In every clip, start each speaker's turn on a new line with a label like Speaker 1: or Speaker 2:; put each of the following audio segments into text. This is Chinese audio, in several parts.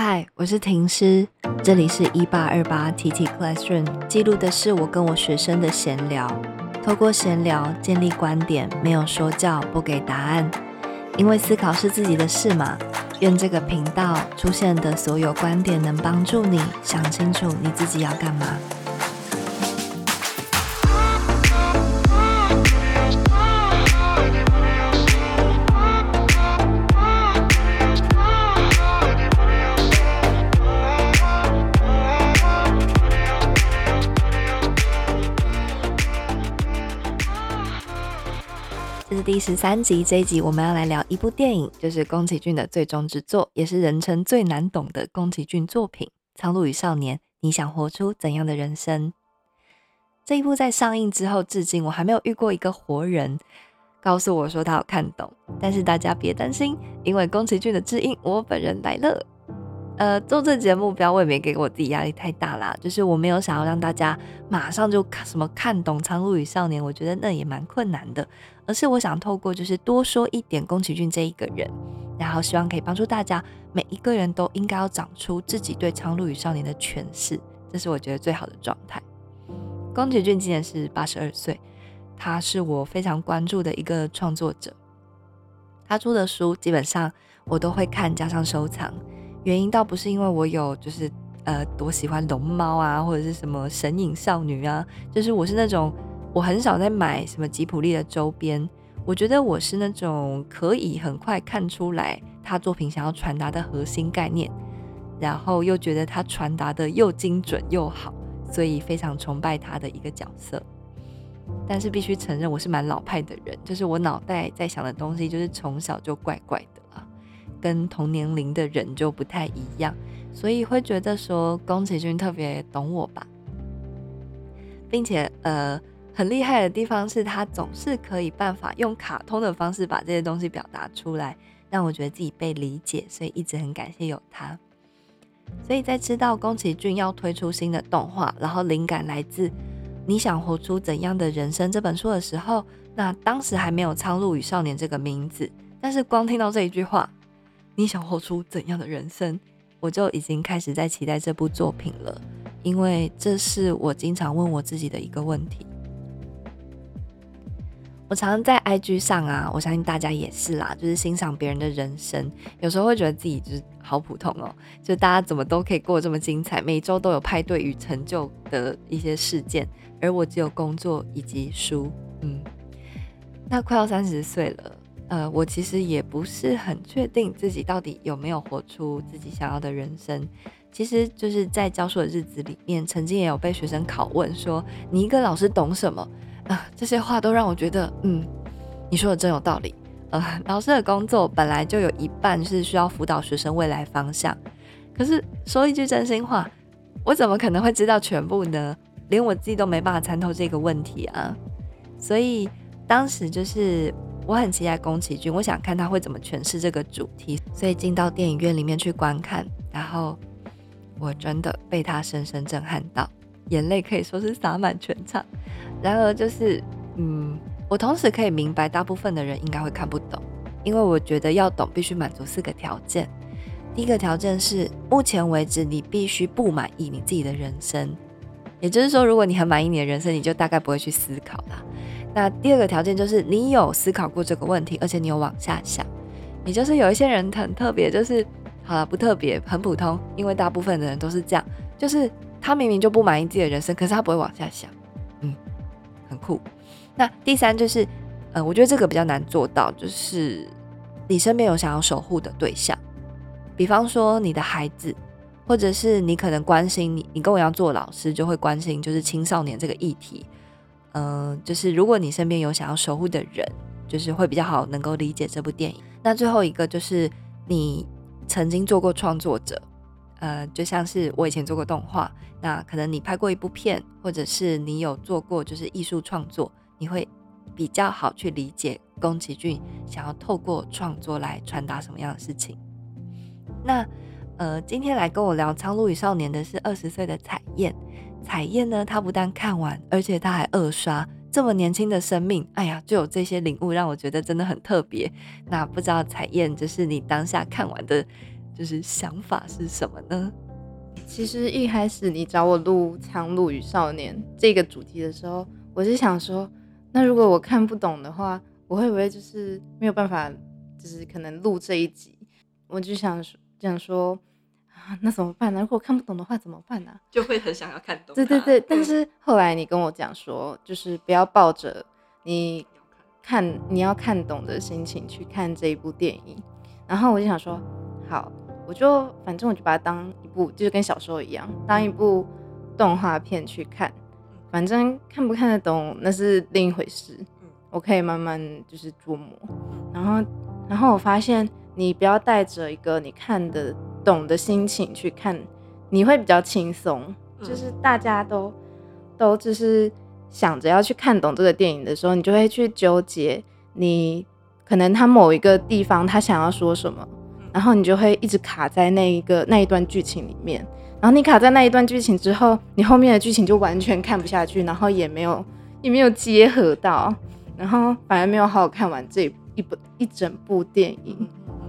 Speaker 1: 嗨，我是婷师，这里是1828 TT Classroom， 记录的是我跟我学生的闲聊，透过闲聊建立观点，没有说教，不给答案，因为思考是自己的事嘛。愿这个频道出现的所有观点能帮助你想清楚你自己要干嘛。这是第13集，这一集我们要来聊一部电影，就是宫崎骏的最终之作，也是人称最难懂的宫崎骏作品《苍鹭与少年》，你想活出怎样的人生？这一部在上映之后至今我还没有遇过一个活人告诉我说他有看懂，但是大家别担心，因为宫崎骏的知音我本人来了。做这节目不要未免给我自己压力太大啦，就是我没有想要让大家马上就看懂《苍鹭与少年》，我觉得那也蛮困难的，而是我想透过就是多说一点宫崎骏这一个人，然后希望可以帮助大家每一个人都应该要长出自己对《苍鹭与少年》的诠释，这是我觉得最好的状态。宫崎骏今年是82岁，他是我非常关注的一个创作者，他出的书基本上我都会看加上收藏，原因倒不是因为我有就是多喜欢龙猫啊，或者是什么神隐少女啊，就是我是那种我很少在买什么吉卜力的周边，我觉得我是那种可以很快看出来他作品想要传达的核心概念，然后又觉得他传达的又精准又好，所以非常崇拜他的一个角色。但是必须承认我是蛮老派的人，就是我脑袋在想的东西就是从小就怪怪的啦，跟同年龄的人就不太一样，所以会觉得说宫崎骏特别懂我吧，并且很厉害的地方是他总是可以办法用卡通的方式把这些东西表达出来，让我觉得自己被理解，所以一直很感谢有他。所以在知道宫崎骏要推出新的动画，然后灵感来自你想活出怎样的人生这本书的时候，那当时还没有苍鹭与少年这个名字，但是光听到这一句话，你想活出怎样的人生，我就已经开始在期待这部作品了，因为这是我经常问我自己的一个问题。我常常在 IG 上啊，我相信大家也是啦，就是欣赏别人的人生，有时候会觉得自己就是好普通哦，就大家怎么都可以过这么精彩，每周都有派对与成就的一些事件，而我只有工作以及书。那快要30岁了，我其实也不是很确定自己到底有没有活出自己想要的人生。其实就是在教书的日子里面，曾经也有被学生拷问说，你一个老师懂什么？这些话都让我觉得，你说的真有道理。老师的工作本来就有一半是需要辅导学生未来方向，可是说一句真心话，我怎么可能会知道全部呢？连我自己都没办法参透这个问题啊！所以当时就是我很期待宫崎骏，我想看他会怎么诠释这个主题，所以进到电影院里面去观看，然后我真的被他深深震撼到，眼泪可以说是洒满全场。然而就是我同时可以明白大部分的人应该会看不懂，因为我觉得要懂必须满足4个条件。第一个条件是目前为止你必须不满意你自己的人生，也就是说如果你很满意你的人生，你就大概不会去思考啦。那第二个条件就是你有思考过这个问题，而且你有往下想，也就是有一些人很特别，就是好了不特别很普通，因为大部分的人都是这样，就是他明明就不满意自己的人生，可是他不会往下想，很酷。那第三就是我觉得这个比较难做到，就是你身边有想要守护的对象，比方说你的孩子，或者是你可能关心你跟我一样做老师就会关心就是青少年这个议题，就是如果你身边有想要守护的人，就是会比较好能够理解这部电影。那最后一个就是你曾经做过创作者，就像是我以前做过动画，那可能你拍过一部片，或者是你有做过就是艺术创作，你会比较好去理解宫崎骏想要透过创作来传达什么样的事情。那今天来跟我聊《苍鹭与少年》的是20岁的彩燕。彩燕呢，她不但看完，而且她还2刷，这么年轻的生命，哎呀，就有这些领悟，让我觉得真的很特别。那不知道彩燕，就是你当下看完的就是想法是什么呢？
Speaker 2: 其实一开始你找我录《苍鹭与少年》这个主题的时候，我是想说，那如果我看不懂的话，我会不会就是没有办法，就是可能录这一集？我就想说啊，那怎么办呢？如果看不懂的话怎么办呢？
Speaker 1: 就会很想要看懂它。
Speaker 2: 对对对，但是后来你跟我讲说，就是不要抱着你要看懂的心情去看这一部电影，然后我就想说，好，反正我就把它当一部，就是跟小说一样，当一部动画片去看，反正看不看得懂那是另一回事，我可以慢慢就是琢磨。然后我发现，你不要带着一个你看得懂的心情去看，你会比较轻松。就是大家都就是想着要去看懂这个电影的时候，你就会去纠结，你可能他某一个地方他想要说什么，然后你就会一直卡在那一段剧情里面。然后你卡在那一段剧情之后，你后面的剧情就完全看不下去，然后也没有结合到，然后反而没有好好看完这一整部电影。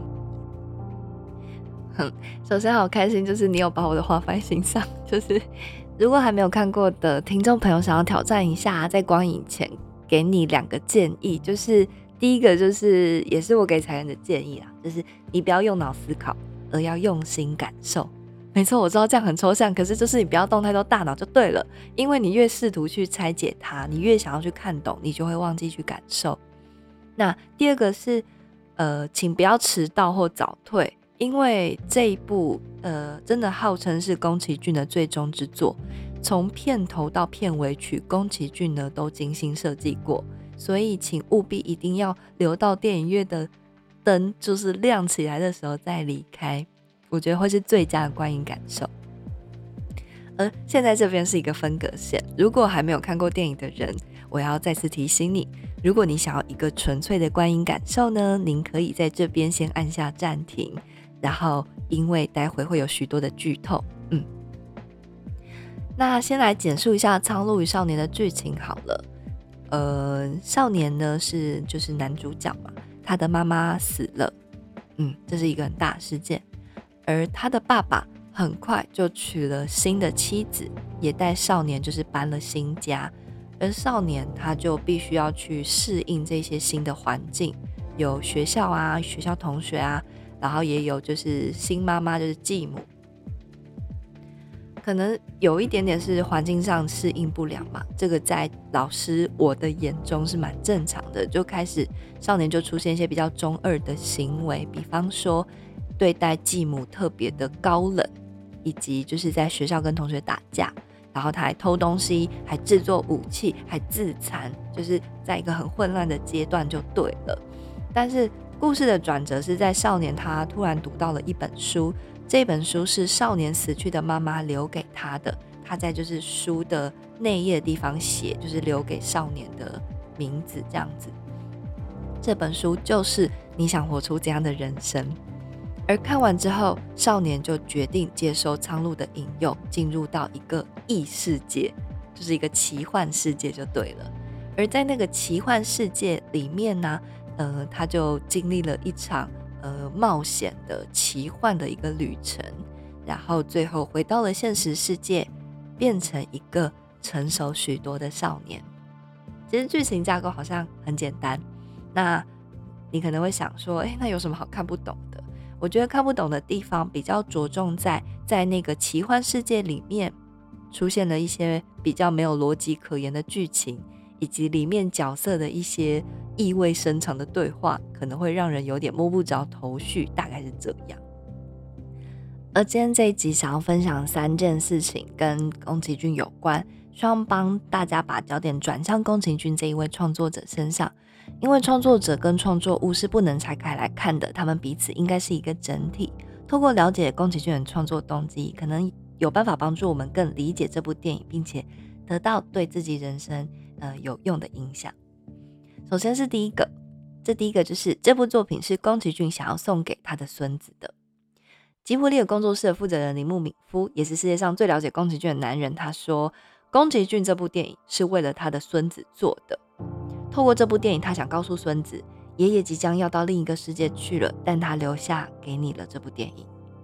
Speaker 1: 首先好开心，就是你有把我的话放在心上。就是如果还没有看过的听众朋友，想要挑战一下，在观影前给你2个建议。就是第一个，就是也是我给才人的建议啦，就是你不要用脑思考，而要用心感受。没错，我知道这样很抽象，可是就是你不要动太多大脑就对了。因为你越试图去拆解它，你越想要去看懂，你就会忘记去感受。那第二个是请不要迟到或早退。因为这一部真的号称是宫崎骏的最终之作，从片头到片尾曲，宫崎骏呢都精心设计过，所以请务必一定要留到电影院的灯就是亮起来的时候再离开，我觉得会是最佳的观影感受。而现在这边是一个分隔线，如果还没有看过电影的人，我要再次提醒你，如果你想要一个纯粹的观影感受呢，您可以在这边先按下暂停，然后因为待会会有许多的剧透。那先来简述一下《苍鹭与少年》的剧情好了。少年呢就是男主角嘛，他的妈妈死了，这是一个很大的事件，而他的爸爸很快就娶了新的妻子，也带少年就是搬了新家，而少年他就必须要去适应这些新的环境，有学校啊，学校同学啊，然后也有就是新妈妈，就是继母，可能有一点点是环境上适应不良嘛，这个在老师我的眼中是蛮正常的，就开始少年就出现一些比较中二的行为，比方说对待继母特别的高冷，以及就是在学校跟同学打架，然后他还偷东西，还制作武器，还自残，就是在一个很混乱的阶段就对了。但是故事的转折是在少年他突然读到了一本书，这本书是少年死去的妈妈留给他的，他在就是书的内页的地方写，就是留给少年的名字这样子。这本书就是你想活出这样的人生。而看完之后，少年就决定接受苍鹭的引诱，进入到一个异世界，就是一个奇幻世界就对了。而在那个奇幻世界里面呢，他就经历了一场冒险的奇幻的一个旅程，然后最后回到了现实世界，变成一个成熟许多的少年。其实剧情架构好像很简单，那你可能会想说，那有什么好看不懂的？我觉得看不懂的地方比较着重在那个奇幻世界里面出现了一些比较没有逻辑可言的剧情，以及里面角色的一些意味深长的对话，可能会让人有点摸不着头绪，大概是这样。而今天这一集想要分享3件事情跟宫崎骏有关，希望帮大家把焦点转向宫崎骏这一位创作者身上，因为创作者跟创作物是不能拆开来看的，他们彼此应该是一个整体。透过了解宫崎骏的创作动机，可能有办法帮助我们更理解这部电影，并且得到对自己人生有用的影响。首先是第一个就是这部作品是宫崎骏想要送给他的孙子的。吉卜力的工作室的负责人铃木敏夫，也是世界上最了解宫崎骏的男人，他说宫崎骏这部电影是为了他的孙子做的。透过这部电影，他想告诉孙子，爷爷即将要到另一个世界去了，但他留下给你了这部电影。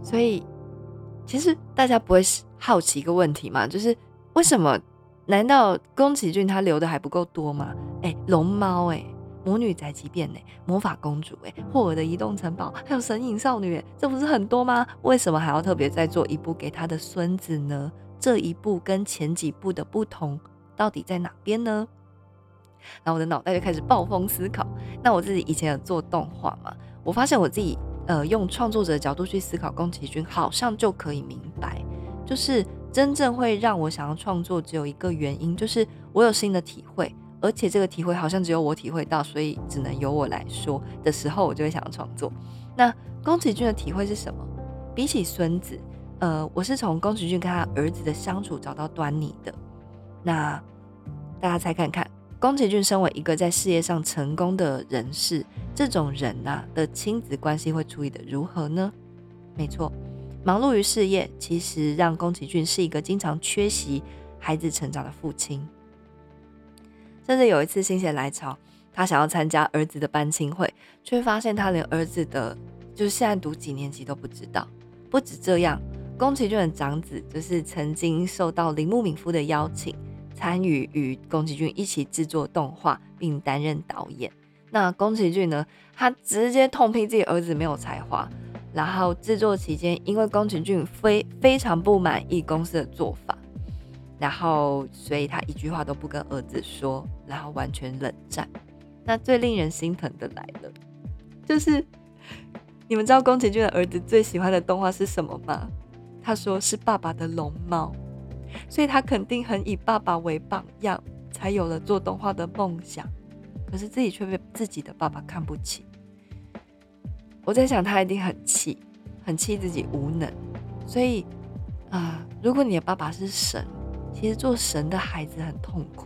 Speaker 1: 所以其实大家不会好奇一个问题吗？就是为什么？难道宫崎骏他留的还不够多吗？龙猫魔女宅急便魔法公主霍尔的移动城堡，还有神隐少女这不是很多吗？为什么还要特别再做一部给他的孙子呢？这一部跟前几部的不同到底在哪边呢？然后我的脑袋就开始暴风思考。那我自己以前有做动画嘛，我发现我自己用创作者的角度去思考宫崎骏，好像就可以明白，就是真正会让我想要创作只有一个原因，就是我有新的体会，而且这个体会好像只有我体会到，所以只能由我来说的时候，我就会想要创作。那宫崎骏的体会是什么？比起孙子，我是从宫崎骏跟他儿子的相处找到端倪的。那大家猜看看，宫崎骏身为一个在事业上成功的人士，这种人的亲子关系会处理的如何呢？没错，忙碌于事业，其实让宫崎骏是一个经常缺席孩子成长的父亲。甚至有一次心血来潮，他想要参加儿子的班亲会，却发现他连儿子的就是现在读几年级都不知道。不止这样，宫崎骏的长子就是曾经受到铃木敏夫的邀请，参与与宫崎骏一起制作动画并担任导演。那宫崎骏呢，他直接痛批自己儿子没有才华，然后制作期间因为宫崎骏非常不满意公司的做法，然后所以他一句话都不跟儿子说，然后完全冷战。那最令人心疼的来了，就是你们知道宫崎骏的儿子最喜欢的动画是什么吗？他说是爸爸的龙猫，所以他肯定很以爸爸为榜样，才有了做动画的梦想。可是自己却被自己的爸爸看不起。我在想他一定很气自己无能。所以如果你的爸爸是神，其实做神的孩子很痛苦。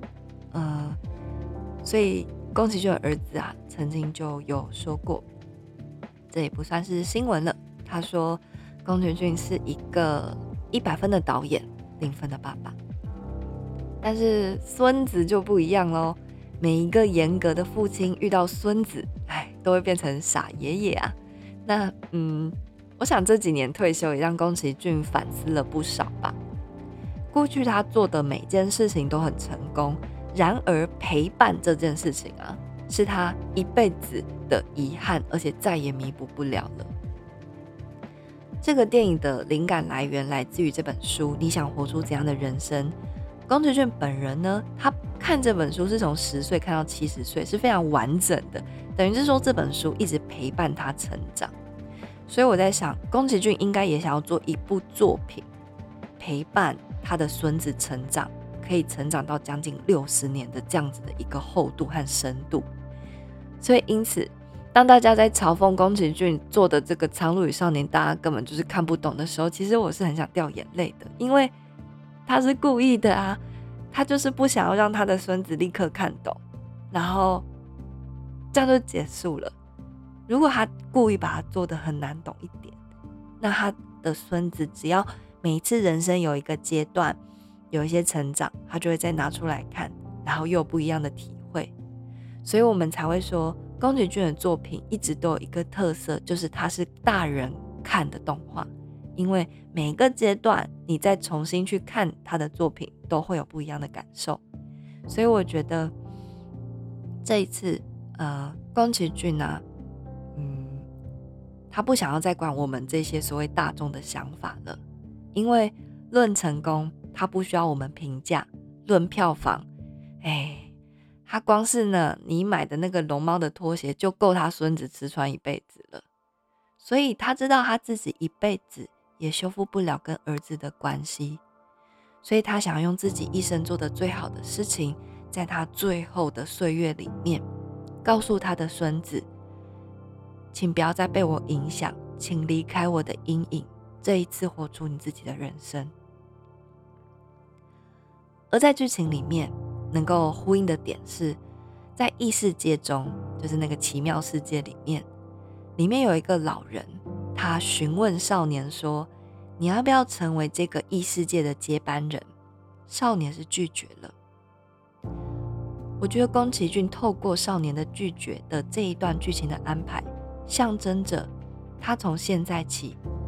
Speaker 1: 所以宫崎骏的儿子曾经就有说过，这也不算是新闻了，他说宫崎骏是一个100分的导演，0分的爸爸。但是孙子就不一样咯，每一个严格的父亲遇到孙子都会变成傻爷爷那我想这几年退休也让宫崎骏反思了不少吧。过去他做的每件事情都很成功，然而陪伴这件事情是他一辈子的遗憾，而且再也弥补不了了。这个电影的灵感来源来自于这本书《你想活出怎样的人生》。宫崎骏本人呢，他看这本书是从10岁看到70岁，是非常完整的，等于是说这本书一直陪伴他成长。所以我在想，宫崎骏应该也想要做一部作品，陪伴他的孙子成长，可以成长到将近60年的这样子的一个厚度和深度。所以因此，当大家在嘲讽宫崎骏做的这个《苍鹭与少年》大家根本就是看不懂的时候，其实我是很想掉眼泪的，因为他是故意的他就是不想要让他的孙子立刻看懂，然后这样就结束了。如果他故意把它做得很难懂一点，那他的孙子只要每一次人生有一个阶段有一些成长，他就会再拿出来看，然后又有不一样的体会。所以我们才会说宫崎骏的作品一直都有一个特色，就是它是大人看的动画，因为每一个阶段你再重新去看他的作品都会有不一样的感受。所以我觉得这一次宫崎骏他不想要再管我们这些所谓大众的想法了，因为论成功他不需要我们评价，论票房他光是呢你买的那个龙猫的拖鞋就够他孙子吃穿一辈子了。所以他知道他自己一辈子也修复不了跟儿子的关系，所以他想要用自己一生做的最好的事情，在他最后的岁月里面告诉他的孙子，请不要再被我影响，请离开我的阴影，这一次活出你自己的人生。而在剧情里面能够呼应的点是，在异世界中，就是那个奇妙世界里面有一个老人，他询问少年说，你要不要成为这个异世界的接班人？少年是拒绝了。我觉得宫崎骏透过少年的拒绝的这一段剧情的安排，象征着他从现在起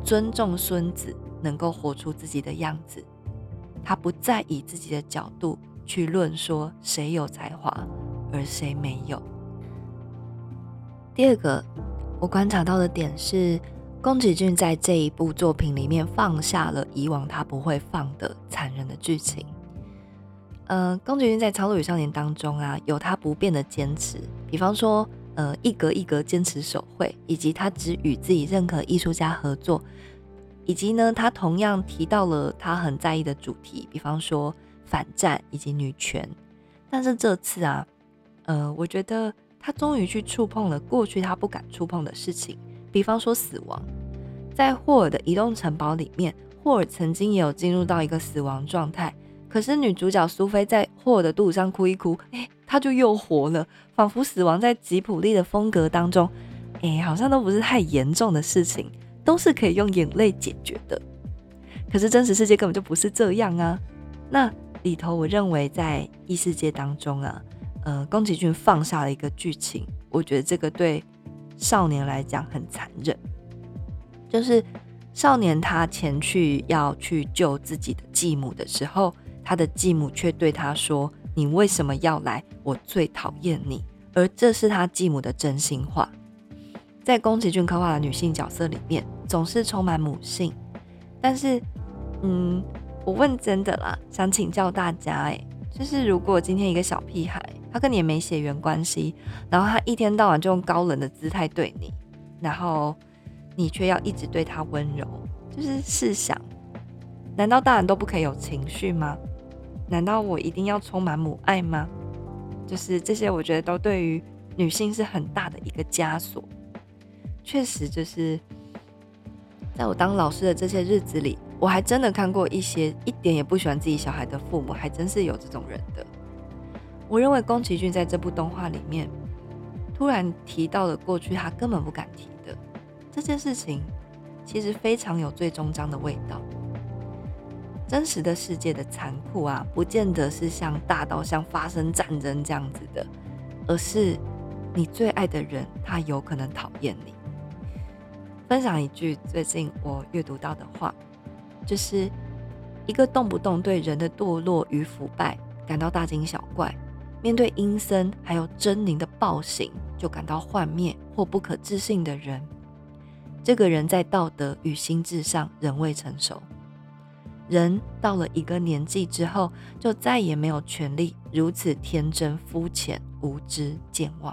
Speaker 1: 尊重孙子能够活出自己的样子，他不再以自己的角度去论说谁有才华而谁没有。第二个我观察到的点是，宫崎骏在这一部作品里面放下了以往他不会放的残忍的剧情。宫崎骏在《苍鹭与少年》当中啊，有他不变的坚持，比方说一格一格坚持手绘，以及他只与自己认可艺术家合作，以及呢，他同样提到了他很在意的主题，比方说反战以及女权。但是这次啊，我觉得他终于去触碰了过去他不敢触碰的事情，比方说死亡。在霍尔的移动城堡里面，霍尔曾经也有进入到一个死亡状态，可是女主角苏菲在霍尔的肚子上哭一哭，她就又活了，仿佛死亡在吉卜力的风格当中，好像都不是太严重的事情，都是可以用眼泪解决的。可是真实世界根本就不是这样啊。那里头我认为在异世界当中啊，宫崎骏放下了一个剧情，我觉得这个对少年来讲很残忍，就是少年他前去要去救自己的继母的时候，他的继母却对他说，你为什么要来？我最讨厌你。而这是他继母的真心话。在宫崎骏刻画的女性角色里面，总是充满母性，但是我问真的啦，想请教大家，就是如果今天一个小屁孩，他跟你也没血缘关系，然后他一天到晚就用高冷的姿态对你，然后你却要一直对他温柔，就是试想，难道大人都不可以有情绪吗？难道我一定要充满母爱吗？就是这些我觉得都对于女性是很大的一个枷锁。确实就是在我当老师的这些日子里，我还真的看过一些一点也不喜欢自己小孩的父母，还真是有这种人的。我认为宫崎骏在这部动画里面突然提到了过去他根本不敢提的这件事情，其实非常有最终章的味道。真实的世界的残酷啊，不见得是像大到像发生战争这样子的，而是你最爱的人他有可能讨厌你。分享一句最近我阅读到的话，就是一个动不动对人的堕落与腐败感到大惊小怪，面对阴森还有狰狞的暴行就感到幻灭或不可置信的人，这个人在道德与心智上仍未成熟。人到了一个年纪之后，就再也没有权利如此天真、肤浅、无知、健忘。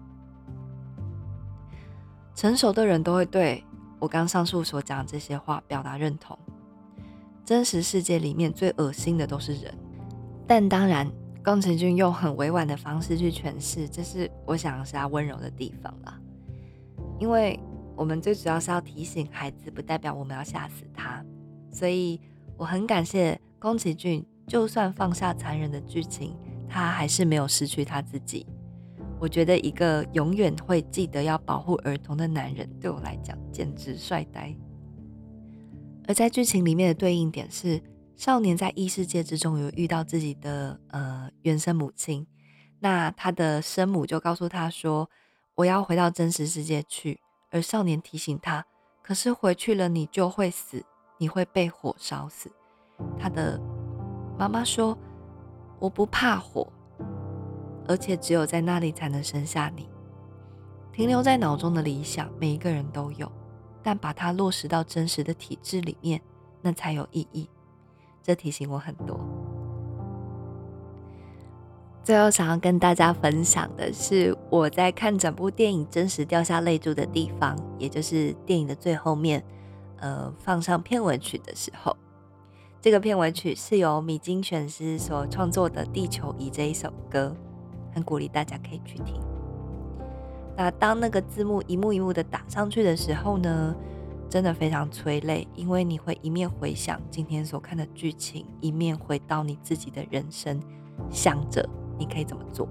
Speaker 1: 成熟的人都会对我刚上述所讲的这些话表达认同。真实世界里面最恶心的都是人，但当然宫崎骏用很委婉的方式去诠释，这是我想是他温柔的地方啦。因为我们最主要是要提醒孩子，不代表我们要吓死他，所以我很感谢宫崎骏，就算放下残忍的剧情，他还是没有失去他自己。我觉得一个永远会记得要保护儿童的男人，对我来讲简直帅呆。而在剧情里面的对应点是，少年在异世界之中有遇到自己的原生母亲，那他的生母就告诉他说，我要回到真实世界去，而少年提醒他，可是回去了你就会死，你会被火烧死。他的妈妈说，我不怕火，而且只有在那里才能生下你。停留在脑中的理想每一个人都有，但把它落实到真实的体制里面，那才有意义。这提醒我很多。最后想要跟大家分享的是，我在看整部电影真实掉下泪珠的地方，也就是电影的最后面放上片尾曲的时候，这个片尾曲是由米津玄师所创作的《地球仪》这一首歌，很鼓励大家可以去听。那当那个字幕一幕一幕的打上去的时候呢，真的非常催泪，因为你会一面回想今天所看的剧情，一面回到你自己的人生，想着你可以怎么做。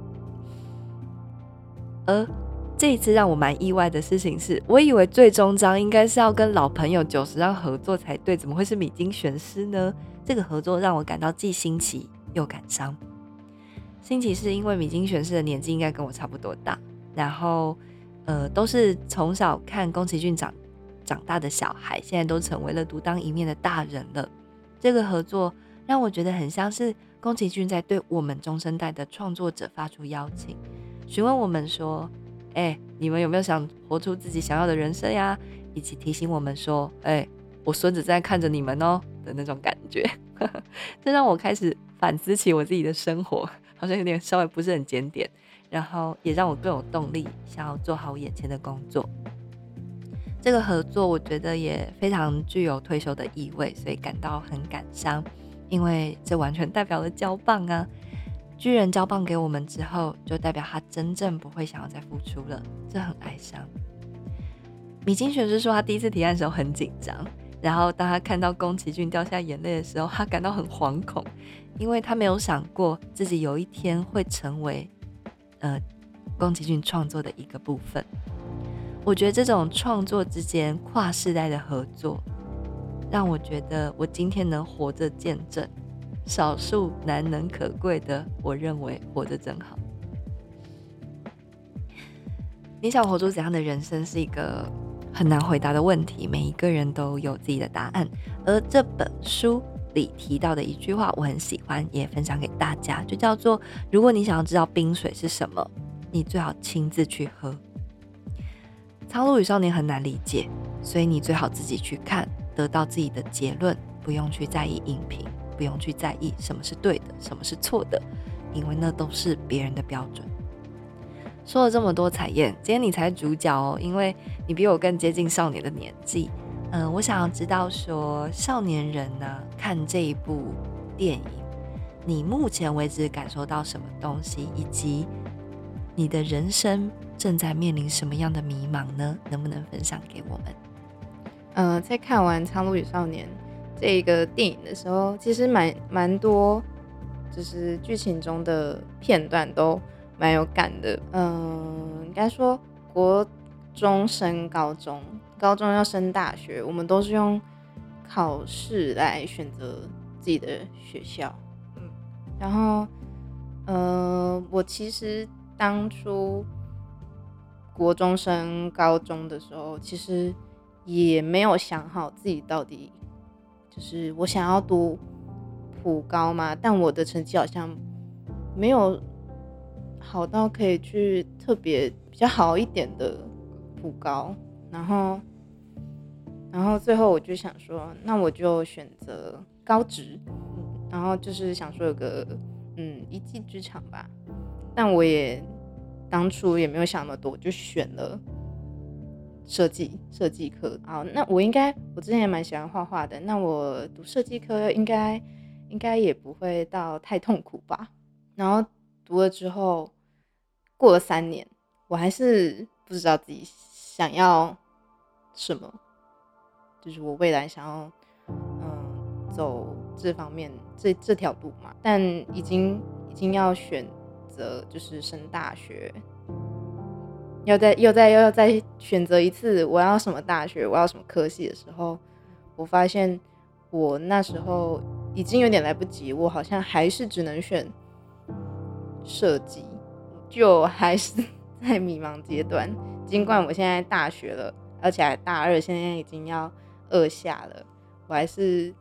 Speaker 1: 而这一次让我蛮意外的事情是，我以为最终章应该是要跟老朋友久石让合作才对，怎么会是米津玄师呢？这个合作让我感到既新奇又感伤。新奇是因为米津玄师的年纪应该跟我差不多大，然后都是从小看宫崎骏长长大的小孩，现在都成为了独当一面的大人了。这个合作让我觉得很像是宫崎骏在对我们中生代的创作者发出邀请，询问我们说：你们有没有想活出自己想要的人生呀？以及提醒我们说：我孙子在看着你们哦的那种感觉。这让我开始反思起我自己的生活，好像有点稍微不是很检点，然后也让我更有动力想要做好眼前的工作。这个合作我觉得也非常具有退休的意味，所以感到很感伤，因为这完全代表了交棒啊。巨人交棒给我们之后，就代表他真正不会想要再付出了，这很哀伤。米津玄师说他第一次提案的时候很紧张，然后当他看到宫崎骏掉下眼泪的时候，他感到很惶恐，因为他没有想过自己有一天会成为宫崎骏创作的一个部分。我觉得这种创作之间跨世代的合作，让我觉得我今天能活着见证少数难能可贵的，我认为活着真好。你想活出怎样的人生是一个很难回答的问题，每一个人都有自己的答案。而这本书里提到的一句话我很喜欢，也分享给大家，就叫做：如果你想要知道冰水是什么，你最好亲自去喝。苍鹭与少年很难理解，所以你最好自己去看，得到自己的结论，不用去在意影评，不用去在意什么是对的，什么是错的，因为那都是别人的标准。说了这么多，彩燕，今天你才是主角哦，因为你比我更接近少年的年纪。我想要知道说，少年人呢看这一部电影，你目前为止感受到什么东西，以及你的人生正在面临什么样的迷茫呢？能不能分享给我们？
Speaker 2: 在看完《苍鹭与少年》这个电影的时候，其实蛮多，就是剧情中的片段都蛮有感的。应该说国中升高中，高中要升大学，我们都是用考试来选择自己的学校。然后我其实当初国中升高中的时候，其实也没有想好自己到底就是我想要读普高嘛，但我的成绩好像没有好到可以去特别比较好一点的普高，然后最后我就想说，那我就选择高职，然后就是想说有个一技之长吧，但我也当初也没有想那么多，就选了设计科。好，那我之前也蛮喜欢画画的，那我读设计科应该也不会到太痛苦吧。然后读了之后，过了3年，我还是不知道自己想要什么，就是我未来想要走这方面这条路嘛。但已经要选择就是升大学，要再选择一次我要什么大学，我要什么科系的时候，我发现我那时候已经有点来不及，我好像还是只能选设计，就还是在迷茫阶段。尽管我现在大学了，而且还大2，现在已经要2下了，我还是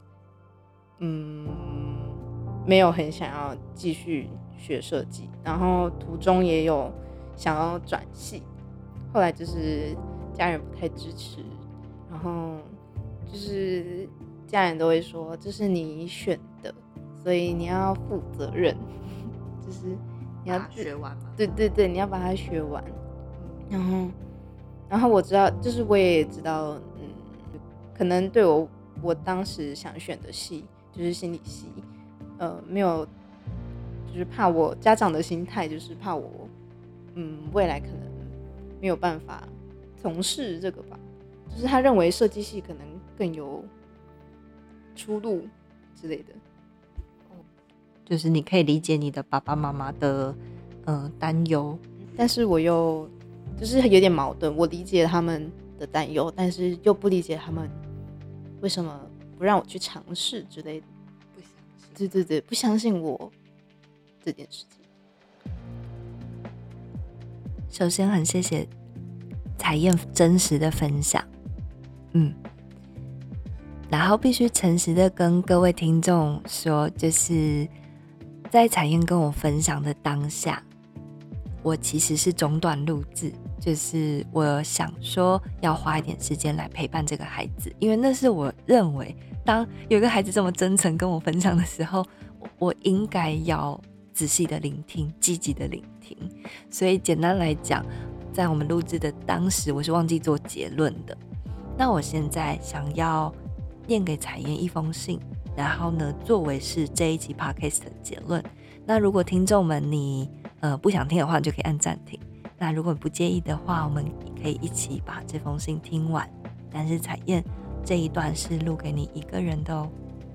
Speaker 2: 没有很想要继续学设计，然后途中也有想要转系，后来就是家人不太支持，然后就是家人都会说这是你选的，所以你要负责任，就是你要
Speaker 1: 把它学完嘛。
Speaker 2: 对，你要把它学完。然后我知道，就是我也知道，可能对我当时想选的系就是心理系，没有，就是怕我家长的心态就是怕我，未来可能没有办法从事这个吧，就是他认为设计系可能更有出路之类的。
Speaker 1: 就是你可以理解你的爸爸妈妈的担忧，
Speaker 2: 但是我又就是有点矛盾，我理解他们的担忧，但是又不理解他们为什么不让我去尝试之类的。
Speaker 1: 不相信。
Speaker 2: 对，不相信我这件事情。
Speaker 1: 首先很谢谢彩燕真实的分享， 嗯，然后必须诚实的跟各位听众说，就是在彩燕跟我分享的当下，我其实是中断录制，就是我想说要花一点时间来陪伴这个孩子，因为那是我认为当有一个孩子这么真诚跟我分享的时候，我应该要仔细的聆听，积极的聆听。所以简单来讲，在我们录制的当时，我是忘记做结论的。那我现在想要念给彩燕一封信，然后呢，作为是这一集 podcast 的结论。那如果听众们你不想听的话，你就可以按暂停。那如果你不介意的话，我们可以一起把这封信听完。但是彩燕这一段是录给你一个人的哦。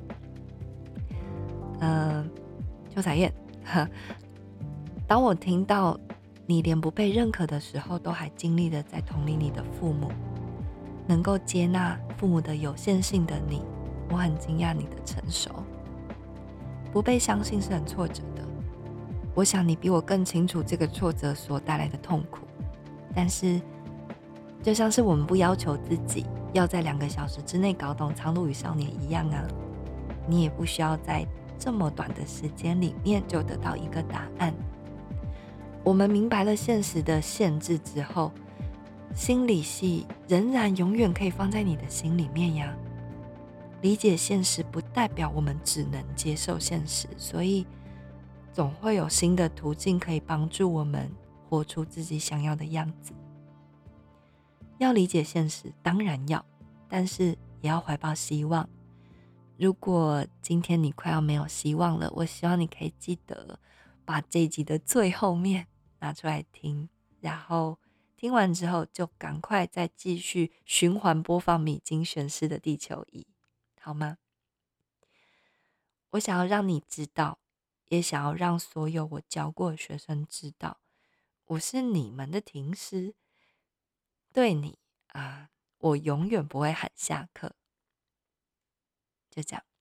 Speaker 1: 邱彩燕，当我听到你连不被认可的时候，都还尽力的在同理你的父母，能够接纳父母的有限性的你，我很惊讶你的成熟。不被相信是很挫折的，我想你比我更清楚这个挫折所带来的痛苦。但是就像是我们不要求自己要在2个小时之内搞懂《苍鹭与少年》一样啊，你也不需要在这么短的时间里面就得到一个答案。我们明白了现实的限制之后，心理系仍然永远可以放在你的心里面呀。理解现实不代表我们只能接受现实，所以总会有新的途径可以帮助我们活出自己想要的样子。要理解现实，当然要，但是也要怀抱希望。如果今天你快要没有希望了，我希望你可以记得把这一集的最后面拿出来听，然后听完之后就赶快再继续循环播放米津玄师的《地球仪》，好吗？我想要让你知道，也想要让所有我教过的学生知道，我是你们的停师，对你我永远不会喊下课。就这样。